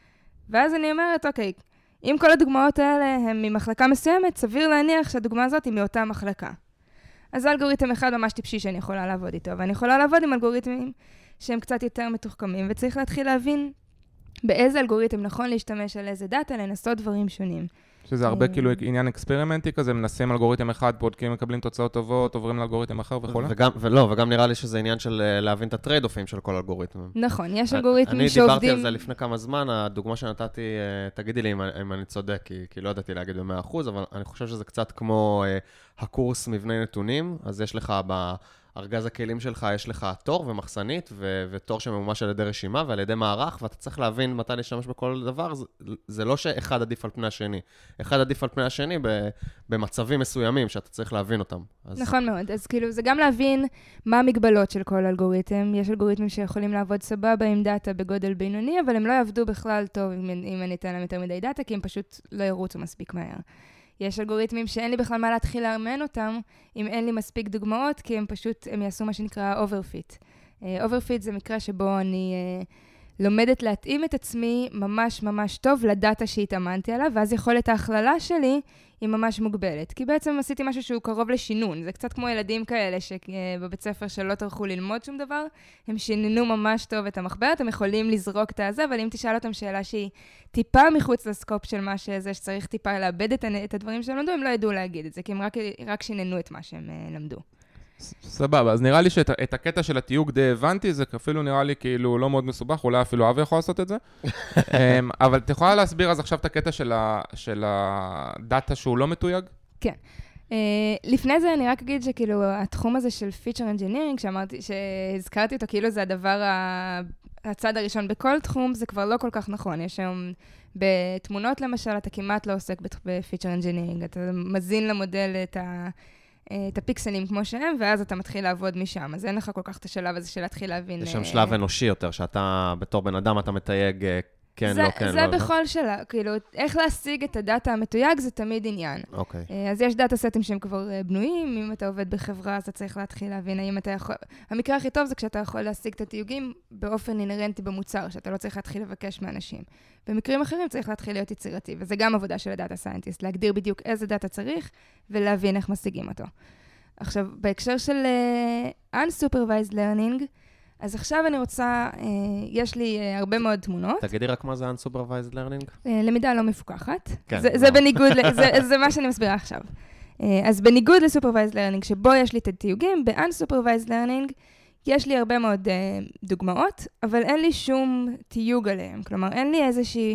ואז אני אומרת, אוקיי, אם כל הדוגמאות האלה הן ממחלקה מסוימת, סביר להניח שהדוגמה הזאת היא מאותה מחלקה. אז זה אלגוריתם אחד ממש טיפשי שאני יכולה לעבוד איתו, ואני יכולה לעבוד עם אלגוריתמים שהם קצת יותר מתוחכמים, וצריך להתחיל להבין באיזה אלגוריתם נכון להשתמש על איזה דאטה, לנסות דברים שונים. שזה הרבה כאילו עניין אקספרימנטי כזה, מנסים אלגוריתם אחד, בודקים, מקבלים תוצאות טובות, עוברים לאלגוריתם אחר וכו'. וגם נראה לי שזה עניין של להבין את הטרייד-אופים של כל אלגוריתם. נכון, יש אלגוריתמים שעובדים... אני דיברתי על זה לפני כמה זמן, הדוגמה שנתתי, תגידי לי אם אני צודק, כי לא ידעתי להגיד ב100%, אבל אני חושב שזה קצת כמו הקורס מבנה נתונים, אז יש לך ארגז הכלים שלך, יש לך תור ומחסנית, ותור שממומש על ידי רשימה ועל ידי מערך, ואתה צריך להבין מתי להשתמש בכל דבר. זה לא שאחד עדיף על פני השני. אחד עדיף על פני השני במצבים מסוימים שאתה צריך להבין אותם. נכון מאוד. אז כאילו, זה גם להבין מה המגבלות של כל אלגוריתם. יש אלגוריתמים שיכולים לעבוד סבבה עם דאטה בגודל בינוני, אבל הם לא יעבדו בכלל טוב אם אני אתן להם יותר מדי דאטה, כי הם פשוט לא ירוצו מספיק מהר. יש אלגוריתמים שאין לי בכלל מה להתחיל לאמן אותם, אם אין לי מספיק דוגמאות, כי הם יעשו מה שנקרא overfit. overfit זה מקרה שבו אני לומדת להתאים את עצמי ממש ממש טוב לדאטה שהתאמנתי עליו, ואז יכולת ההכללה שלי היא ממש מוגבלת. כי בעצם עשיתי משהו שהוא קרוב לשינון. זה קצת כמו ילדים כאלה שבבית ספר שלא טרחו ללמוד שום דבר, הם שיננו ממש טוב את המחברת, הם יכולים לזרוק את הזה, אבל אם תשאל אותם שאלה שהיא טיפה מחוץ לסקופ של מה שזה, שצריך טיפה לאבד את הדברים שהם למדו, הם לא ידעו להגיד את זה, כי הם רק שיננו את מה שהם למדו. סבבה, אז נראה לי שאת הקטע של התיוג די הבנתי, זה אפילו נראה לי כאילו לא מאוד מסובך, אולי אפילו אבי יכול לעשות את זה. אבל את יכולה להסביר אז עכשיו את הקטע של הדאטה שהוא לא מתויג? כן. לפני זה אני רק אגיד שכאילו התחום הזה של Feature Engineering, שהזכרתי אותו, כאילו זה הדבר, הצד הראשון בכל תחום, זה כבר לא כל כך נכון. יש היום בתמונות למשל, אתה כמעט לא עוסק ב-Feature Engineering, אתה מזין למודל את הפיקסלים כמו שהם, ואז אתה מתחיל לעבוד משם. אז אין לך כל כך את השלב הזה של להתחיל להבין... יש שם שלב אנושי יותר, שאתה בתור בן אדם, אתה מתייג כן, לא, כן, לא. זה בכל שלב, כאילו, איך להשיג את הדאטה המתויג זה תמיד עניין. אוקיי. אז יש דאטה סטים שהם כבר בנויים, אם אתה עובד בחברה, אז אתה צריך להתחיל להבין האם אתה יכול... המקרה הכי טוב זה כשאתה יכול להשיג את התיוגים באופן אינרנטי במוצר, שאתה לא צריך להתחיל לבקש מאנשים. במקרים אחרים צריך להתחיל להיות יצירתי, וזה גם עבודה של הדאטה סיינטיסט, להגדיר בדיוק איזה דאטה צריך, ולהבין איך משיגים אותו. עכשיו, בהקשר של unsupervised learning, אז עכשיו אני רוצה, יש לי הרבה מאוד תמונות. תגידי רק מה זה unsupervised learning? למידה לא מפוקחת. כן, זה בניגוד, זה מה שאני מסבירה עכשיו. אז בניגוד ל-supervised learning, שבו יש לי את התיוגים, ב-unsupervised learning יש לי הרבה מאוד דוגמאות, אבל אין לי שום תיוג עליהם. כלומר, אין לי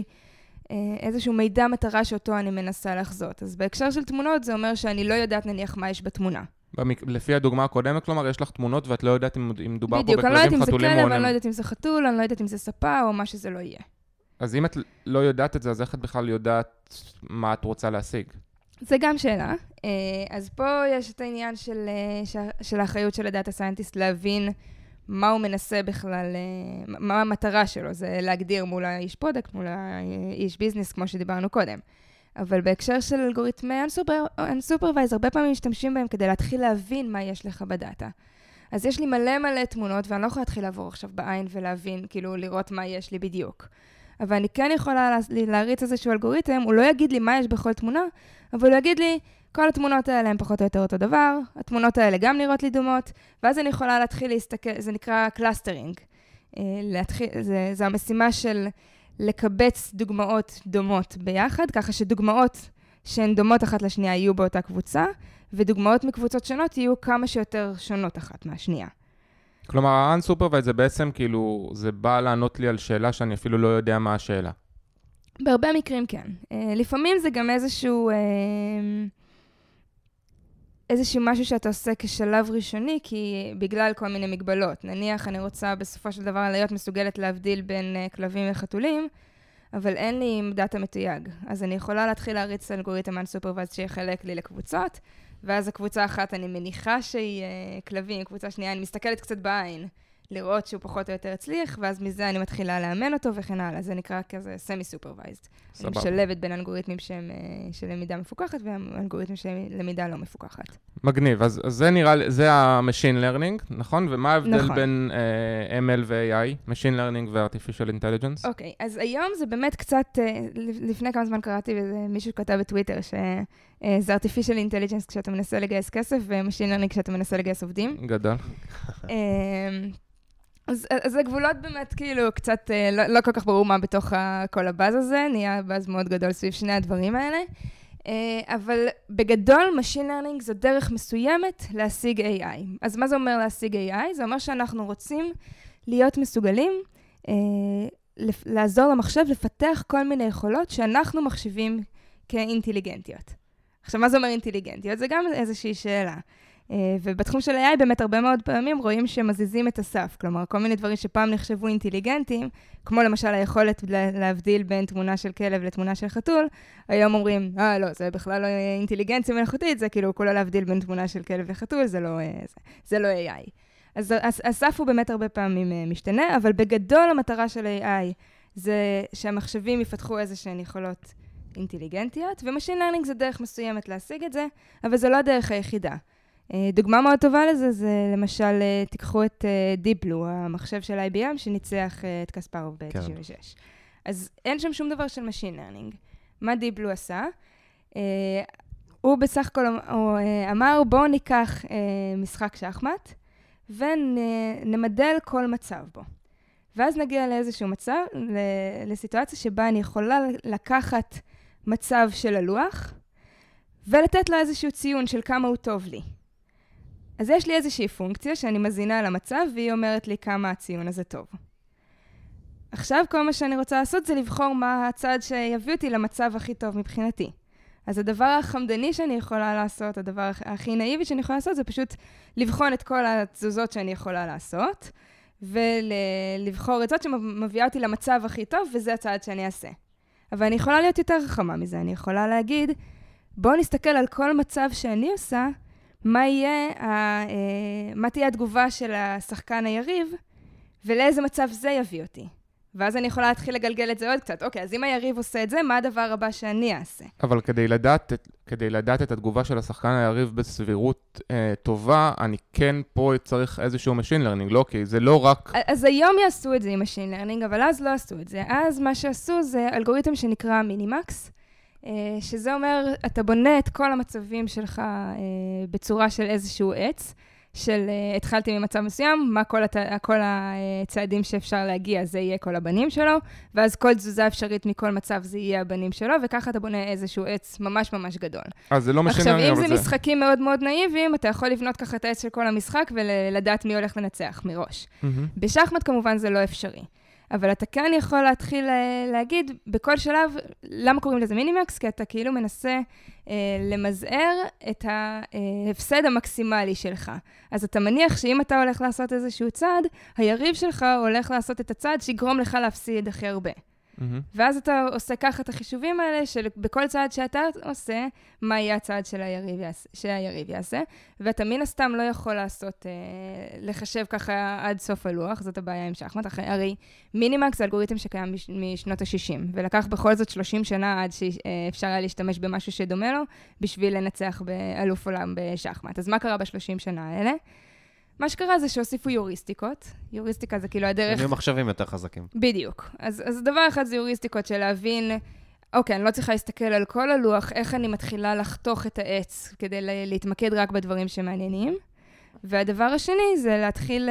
איזשהו מידע מטרה שאותו אני מנסה לחזות. אז בהקשר של תמונות, זה אומר שאני לא יודעת נניח מה יש בתמונה. לפי הדוגמה הקודמת, כלומר, יש לך תמונות ואת לא יודעת אם מדובר פה בדיוק, אני לא יודעת אם זה חתולים כלב, אני לא יודעת אם זה חתול, אני לא יודעת אם זה ספה או מה שזה לא יהיה. אז אם את לא יודעת את זה, אז איך את בכלל יודעת מה את רוצה להשיג? זה גם שאלה. אז פה יש את העניין של האחריות של הדאטה סיינטיסט להבין מה הוא מנסה בכלל, מה המטרה שלו. זה להגדיר מול האיש פרודקט, מול האיש ביזנס, כמו שדיברנו קודם. אבל בהקשר של אלגוריתמי unsupervised, הרבה פעמים משתמשים בהם כדי להתחיל להבין מה יש לך בדאטה. אז יש לי מלא תמונות, ואני לא יכולה להתחיל לעבור עכשיו בעין ולהבין, כאילו לראות מה יש לי בדיוק. אבל אני כן יכולה להריץ איזשהו אלגוריתם, הוא לא יגיד לי מה יש בכל תמונה, אבל הוא יגיד לי, כל התמונות האלה הן פחות או יותר אותו דבר, התמונות האלה גם נראות לי דומות, ואז אני יכולה להתחיל להסתכל, זה נקרא קלאסטרינג. זה המשימה של לקבץ דוגמאות דומות ביחד, ככה שדוגמאות שהן דומות אחת לשנייה יהיו באותה קבוצה, ודוגמאות מקבוצות שונות יהיו כמה שיותר שונות אחת מהשנייה. כלומר, ה-unsupervised זה בעצם כאילו, זה בא לענות לי על שאלה שאני אפילו לא יודע מה השאלה. בהרבה מקרים כן. לפעמים זה גם איזשהו משהו שאתה עושה כשלב ראשוני, כי בגלל כל מיני מגבלות. נניח, אני רוצה בסופו של דבר להיות מסוגלת להבדיל בין כלבים וחתולים, אבל אין לי דאטה מתויג. אז אני יכולה להתחיל להריץ אלגוריתם unsupervised שיחלק לי לקבוצות, ואז הקבוצה אחת אני מניחה שהיא כלבים, קבוצה שנייה, אני מסתכלת קצת בעין, לראות שהוא פחות או יותר הצליח, ואז מזה אני מתחילה לאמן אותו וכן הלאה. זה נקרא כזה semi-supervised. אני משלבת בין אלגוריתמים שהם של למידה מפוקחת, ואלגוריתמים של למידה לא מפוקחת. מגניב, אז זה נראה לי, זה ה-machine learning, נכון? ומה ההבדל בין ML ו-AI, machine learning ו-artificial intelligence? אוקיי, אז היום זה באמת קצת, לפני כמה זמן קראתי, ומישהו כתב בטוויטר, שזה artificial intelligence כשאתה מנסה לגייס כסף, ו-machine learning כשאתה מנסה לגייס עובדים. גדול. אז הגבולות באמת כאילו קצת לא כל כך ברור מה בתוך כל הבאז הזה, נהיה באז מאוד גדול סביב שני הדברים האלה, אבל בגדול Machine Learning זו דרך מסוימת להשיג AI. אז מה זה אומר להשיג AI? זה אומר שאנחנו רוצים להיות מסוגלים לעזור למחשב לפתח כל מיני יכולות שאנחנו מחשיבים כאינטליגנטיות. עכשיו, מה זה אומר אינטליגנטיות? זה גם איזושהי שאלה. ובתחום של AI באמת הרבה מאוד פעמים רואים שמזיזים את הסף. כלומר, כל מיני דברים שפעם נחשבו אינטליגנטים, כמו למשל היכולת להבדיל בין תמונה של כלב לתמונה של חתול, היום אומרים, לא, זה בכלל לא אינטליגנציה מלאכותית, זה כאילו כולה להבדיל בין תמונה של כלב וחתול, זה לא AI. אז הסף הוא באמת הרבה פעמים משתנה, אבל בגדול המטרה של AI זה שהמחשבים יפתחו איזשהן יכולות אינטליגנטיות, ומשין לרנינג זה דרך מסוימת להשיג את זה, אבל זה לא הדרך היחידה. דוגמה מאוד טובה לזה זה למשל, תיקחו את Deep Blue, המחשב של IBM שניצח את קספרוב ב-96. אז אין שם שום דבר של Machine Learning. מה Deep Blue עשה? הוא בסך הכל אמר, בואו ניקח משחק שחמט ונמדל כל מצב בו. ואז נגיע לאיזשהו מצב, לסיטואציה שבה אני יכולה לקחת מצב של הלוח ולתת לו איזשהו ציון של כמה הוא טוב לי. אז יש לי איזושהי פונקציה שאני מזינה על המצב, והיא אומרת לי כמה הציון הזה טוב. עכשיו כל מה שאני רוצה לעשות זה לבחור מה הצעד שיביא אותי למצב הכי טוב מבחינתי. אז הדבר החמדני שאני יכולה לעשות, הדבר הכי נאיבי שאני יכולה לעשות, זה פשוט לבחון את כל התזוזות שאני יכולה לעשות, ולבחור את זאת שמביאה אותי למצב הכי טוב, וזה הצעד שאני אעשה. אבל אני יכולה להיות יותר חכמה מזה, אני יכולה להגיד, בואו נסתכל על כל מצב שאני עושה, מה תהיה התגובה של השחקן היריב, ולאיזה מצב זה יביא אותי. ואז אני יכולה להתחיל לגלגל את זה עוד קצת. אוקיי, אז אם היריב עושה את זה, מה הדבר הבא שאני אעשה? אבל כדי לדעת את התגובה של השחקן היריב בסבירות טובה, אני כן פה צריך איזשהו Machine Learning, לא? כי זה לא רק... אז היום יעשו את זה עם Machine Learning, אבל אז לא עשו את זה. אז מה שעשו זה אלגוריתם שנקרא מינימקס, שזה אומר, אתה בונה את כל המצבים שלך בצורה של איזשהו עץ, של התחלתי ממצב מסוים, מה כל הצעדים שאפשר להגיע, זה יהיה כל הבנים שלו, ואז כל תזוזה אפשרית מכל מצב זה יהיה הבנים שלו, וככה אתה בונה איזשהו עץ ממש ממש גדול. אז זה לא משנה. עכשיו, אם זה משחקים מאוד מאוד נאיביים, אתה יכול לבנות ככה את העץ של כל המשחק, ולדעת מי הולך לנצח מראש. בשחמט כמובן זה לא אפשרי. אבל אתה כאן יכול להתחיל להגיד, בכל שלב, למה קוראים לזה מינימקס? כי אתה כאילו מנסה למזער את ההפסד המקסימלי שלך. אז אתה מניח שאם אתה הולך לעשות איזשהו צעד, היריב שלך הולך לעשות את הצעד שיגרום לך להפסיד הכי הרבה. ואז אתה עושה ככה את החישובים האלה, שבכל צעד שאתה עושה, מה יהיה הצעד שהיריב יעשה, ואתה מן הסתם לא יכול לעשות, לחשב ככה עד סוף הלוח, זאת הבעיה עם שחמט, הרי מינימקס זה אלגוריתם שקיים משנות ה-60, ולקח בכל זאת 30 שנה עד שאפשר היה להשתמש במשהו שדומה לו, בשביל לנצח באלוף עולם בשחמט. אז מה קרה ב-30 שנה האלה? מה שקרה זה שהוסיפו יוריסטיקות. יוריסטיקה זה כאילו הדרך... נהיו מחשבים יותר חזקים. בדיוק. אז דבר אחד זה יוריסטיקות של להבין, אוקיי, אני לא צריכה להסתכל על כל הלוח, איך אני מתחילה לחתוך את העץ כדי להתמקד רק בדברים שמעניינים. והדבר השני זה להתחיל...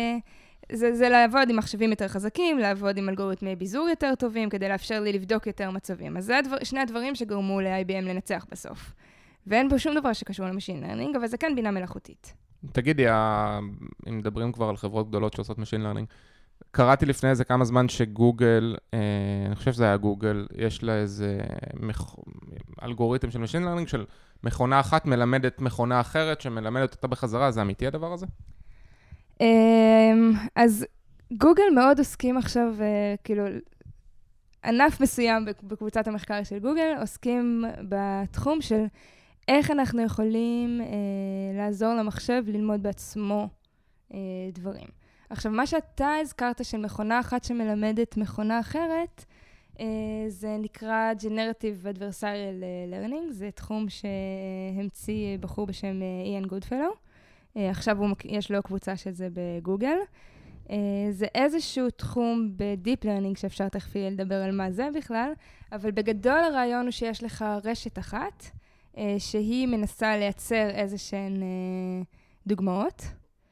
זה לעבוד עם מחשבים יותר חזקים, לעבוד עם אלגוריתמי ביזור יותר טובים, כדי לאפשר לי לבדוק יותר מצבים. אז זה שני הדברים שגרמו ל-IBM לנצח בסוף. ואין פה שום דבר שקשור למשין לרנינג, אבל זה כן בינה מלאכותית. תגידי, אם מדברים כבר על חברות גדולות שעושות Machine Learning, קראתי לפני איזה כמה זמן שגוגל, אני חושב שזה היה גוגל, יש לה איזה אלגוריתם של Machine Learning של מכונה אחת מלמדת מכונה אחרת שמלמדת אותה בחזרה, זה אמיתי הדבר הזה? אז גוגל מאוד עוסקים עכשיו, כאילו, ענף מסוים בקבוצת המחקר של גוגל, עוסקים בתחום של איך אנחנו יכולים לעזור למחשב ללמוד בעצמו דברים. עכשיו, מה שאתה הזכרת של מכונה אחת שמלמדת מכונה אחרת, זה נקרא Generative Adversarial Learning, זה תחום שהמציא בחור בשם איאן גודפלו. עכשיו יש לו קבוצה של זה בגוגל. זה איזשהו תחום ב-Deep Learning שאפשר תכף לדבר על מה זה בכלל, אבל בגדול הרעיון הוא שיש לך רשת אחת, שהיא מנסה לייצר איזשהן דוגמאות.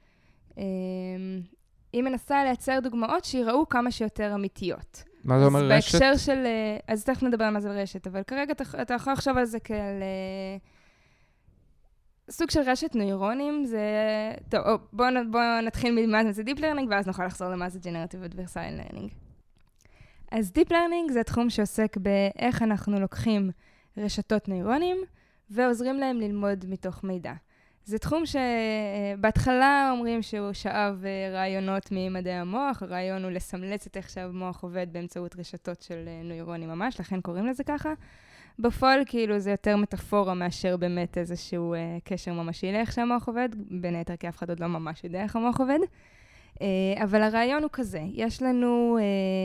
היא מנסה לייצר דוגמאות שיראו כמה שיותר אמיתיות. מה זה אומר רשת? בהקשר של... אז תכף נדבר על מה זה רשת, אבל כרגע אתה יכול לחשוב על זה כעל... סוג של רשת נוירונים, זה... טוב, בואו נתחיל ממה זה Deep Learning, ואז נוכל לחזור למה זה Generative Adversarial Learning. אז Deep Learning זה תחום שעוסק באיך אנחנו לוקחים רשתות נוירונים, ועוזרים להם ללמוד מתוך מידע. זה תחום שבהתחלה אומרים שהוא שאב רעיונות ממדעי המוח, הרעיון הוא לסמלץ את איך שהמוח עובד באמצעות רשתות של נוירונים ממש, לכן קוראים לזה ככה. בפועל כאילו זה יותר מטאפורה מאשר באמת איזשהו קשר ממשי לאיך שהמוח עובד, בין היתר כי אף אחד עוד לא ממש יודע איך המוח עובד. אבל הרעיון הוא כזה, יש לנו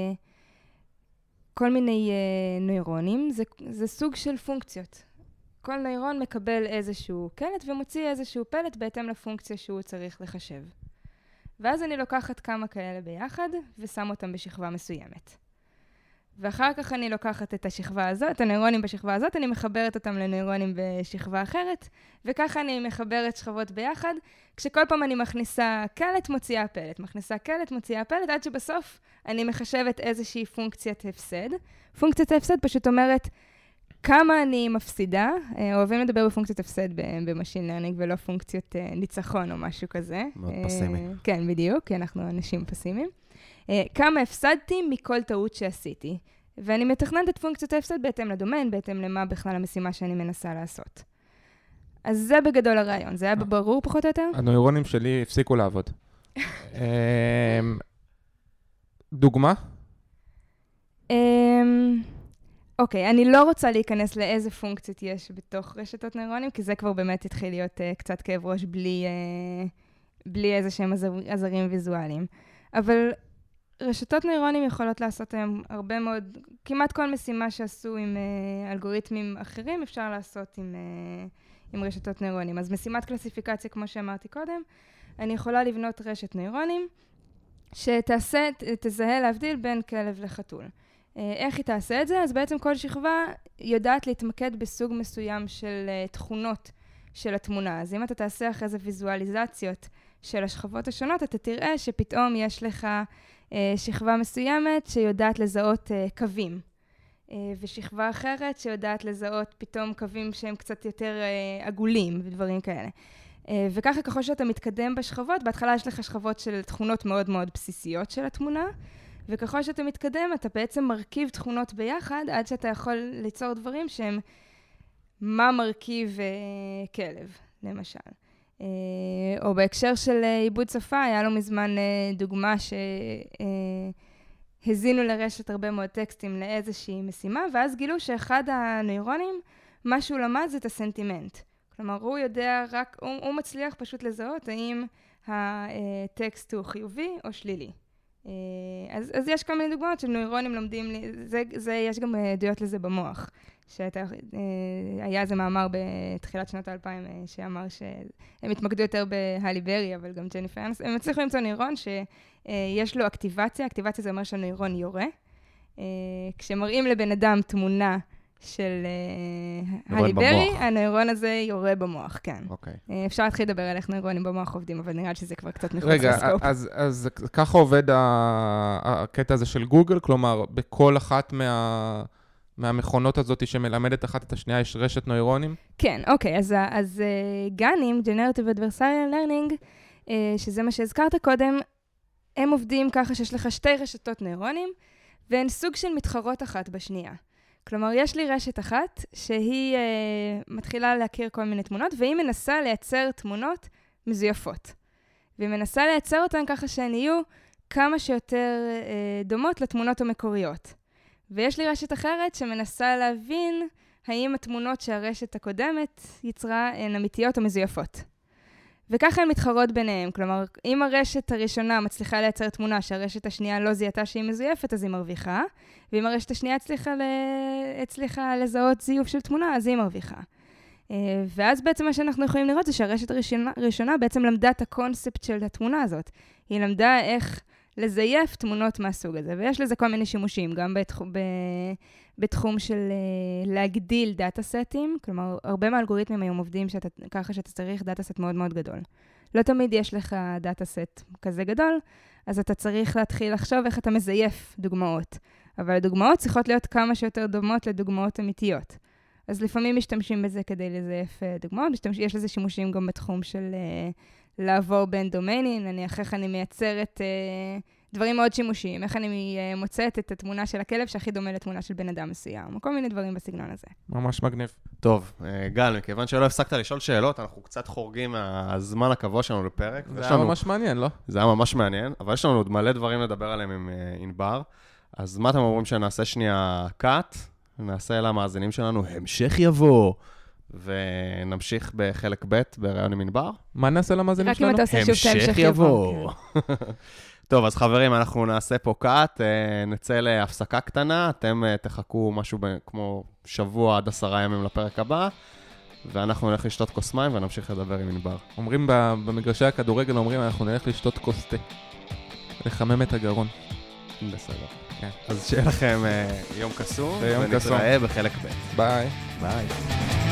כל מיני נוירונים, זה סוג של פונקציות. כל נוירון מקבל איזשהו קלט ומוציא איזשהו פלט בהתאם לפונקציה שהוא צריך לחשב. ואז אני לוקחת כמה כאלה ביחד ושם אותם בשכבה מסוימת. ואחר כך אני לוקחת את השכבה הזאת, את הנוירונים בשכבה הזאת, אני מחברת אותם לנוירונים בשכבה אחרת, וככה אני מחברת שכבות ביחד, כשכל פעם אני מכניסה קלט, מוציאה פלט, מכניסה קלט, מוציאה פלט, עד שבסוף אני מחשבת איזושהי פונקציית הפסד. פונקציית ההפסד פשוט אומרת, כמה אני מפסידה, אוהבים לדבר בפונקציות הפסד במשין לרנינג, ולא פונקציות ניצחון או משהו כזה. מאוד פסימי. כן, בדיוק, כי אנחנו אנשים פסימיים. כמה הפסדתי מכל טעות שעשיתי. ואני מתכננת את פונקציות ההפסד בהתאם לדומיין, בהתאם למה בכלל המשימה שאני מנסה לעשות. אז זה בגדול הרעיון. זה היה ברור פחות או יותר? הנוירונים שלי הפסיקו לעבוד. דוגמה? אוקיי, אני לא רוצה להיכנס לאיזה פונקציות יש בתוך רשתות נוירונים, כי זה כבר באמת התחיל להיות קצת כאב ראש בלי איזה שהם עזרים ויזואליים. אבל רשתות נוירונים יכולות לעשות היום הרבה מאוד, כמעט כל משימה שעשו עם אלגוריתמים אחרים, אפשר לעשות עם רשתות נוירונים. אז משימת קלסיפיקציה, כמו שאמרתי קודם, אני יכולה לבנות רשת נוירונים, שתזהה להבדיל בין כלב לחתול. איך היא תעשה את זה? אז בעצם כל שכבה יודעת להתמקד בסוג מסוים של תכונות של התמונה. אז אם אתה תעשה אחרי זה ויזואליזציות של השכבות השונות, אתה תראה שפתאום יש לך שכבה מסוימת שיודעת לזהות קווים, ושכבה אחרת שיודעת לזהות פתאום קווים שהם קצת יותר עגולים ודברים כאלה. וככה ככל שאתה מתקדם בשכבות, בהתחלה יש לך שכבות של תכונות מאוד מאוד בסיסיות של התמונה, וככל שאתה מתקדם, אתה בעצם מרכיב תכונות ביחד, עד שאתה יכול ליצור דברים שהם מה מרכיב כלב, למשל. או בהקשר של עיבוד שפה, היה לו מזמן דוגמה שהזינו לרשת הרבה מאוד טקסטים לאיזושהי משימה, ואז גילו שאחד הנוירונים, מה שהוא למד זה את הסנטימנט. כלומר, הוא יודע רק, הוא מצליח פשוט לזהות האם הטקסט הוא חיובי או שלילי. אז יש כל מיני דוגמאות של נוירונים לומדים, יש גם עדויות לזה במוח, היה איזה מאמר בתחילת שנות ה-2000 שאמר שהם התמקדו יותר בהלי ברי, אבל גם ג'ניפר אנסון, הם הצליחו למצוא נוירון שיש לו אקטיבציה, אקטיבציה זה אומר שהנוירון יורה, כשמראים לבן אדם תמונה של הלי ברי, הנוירון הזה יורה במוח, כן. אפשר להתחיל לדבר על איך נוירונים במוח עובדים, אבל נראה שזה כבר קצת מחוץ לסקופ. רגע, אז ככה עובד הקטע הזה של גוגל, כלומר, בכל אחת מהמכונות הזאת שמלמדת אחת את השנייה, יש רשת נוירונים? כן, אוקיי, אז גנים, Generative Adversarial Learning, שזה מה שהזכרת קודם, הם עובדים ככה שיש לך שתי רשתות נוירונים, והן סוג של מתחרות אחת בשנייה. כלומר, יש לי רשת אחת שהיא מתחילה להכיר כל מיני תמונות, והיא מנסה לייצר תמונות מזויפות. והיא מנסה לייצר אותן ככה שהן יהיו כמה שיותר דומות לתמונות המקוריות. ויש לי רשת אחרת שמנסה להבין האם התמונות שהרשת הקודמת יצרה הן אמיתיות או מזויפות. וככה הן מתחרות ביניהם. כלומר, אם הרשת הראשונה מצליחה לייצר תמונה שהרשת השנייה לא זיהתה שהיא מזויפת, אז היא מרוויחה. ואם הרשת השנייה הצליחה לזהות זיוף של תמונה, אז היא מרוויחה. ואז בעצם מה שאנחנו יכולים לראות זה שהרשת הראשונה בעצם למדה את הקונספט של התמונה הזאת. היא למדה איך לזייף תמונות מהסוג הזה, ויש לזה כל מיני שימושים, גם בתחום של להגדיל דאטה סטים, כלומר, הרבה מהאלגוריתמים היום עובדים ככה שאתה צריך דאטה סט מאוד מאוד גדול. לא תמיד יש לך דאטה סט כזה גדול, אז אתה צריך להתחיל לחשוב איך אתה מזייף דוגמאות. אבל הדוגמאות צריכות להיות כמה שיותר דומות לדוגמאות אמיתיות. אז לפעמים משתמשים בזה כדי לזייף דוגמאות, יש לזה שימושים גם בתחום של לעבור בין דומיינים, נניח איך אני מייצרת דברים מאוד שימושיים, איך אני מוצאת את התמונה של הכלב שהכי דומה לתמונה של בן אדם מסוים, או כל מיני דברים בסגנון הזה. ממש מגניב. טוב, גל, מכיוון שלא הפסקת לשאול שאלות, אנחנו קצת חורגים מהזמן הקבוע שלנו לפרק. זה היה ממש מעניין, לא? זה היה ממש מעניין, אבל יש לנו עוד מלא דברים לדבר עליהם עם ענבר. אז מה אתם אומרים שנעשה שנייה קאט? נעשה למאזינים שלנו המשך יבוא, ונמשיך בחלק ב' ברעיון עם ענבר. מה נעשה למאזינים שלנו? רק אם אתה עושה שוב את המשך יבוא. טוב, אז חברים, אנחנו נעשה פה קאט, נצא להפסקה קטנה, אתם תחכו משהו כמו שבוע עד 10 ימים לפרק הבא, ואנחנו נלך לשתות כוס מים ונמשיך לדבר עם ענבר. אומרים במגרשי הכדורגל, אומרים אנחנו נלך לשתות כוס תה, לחמם את הגרון. בסדר. אז שיהיה לכם יום קסום, ונתראה בחלק ב'. ביי. ביי.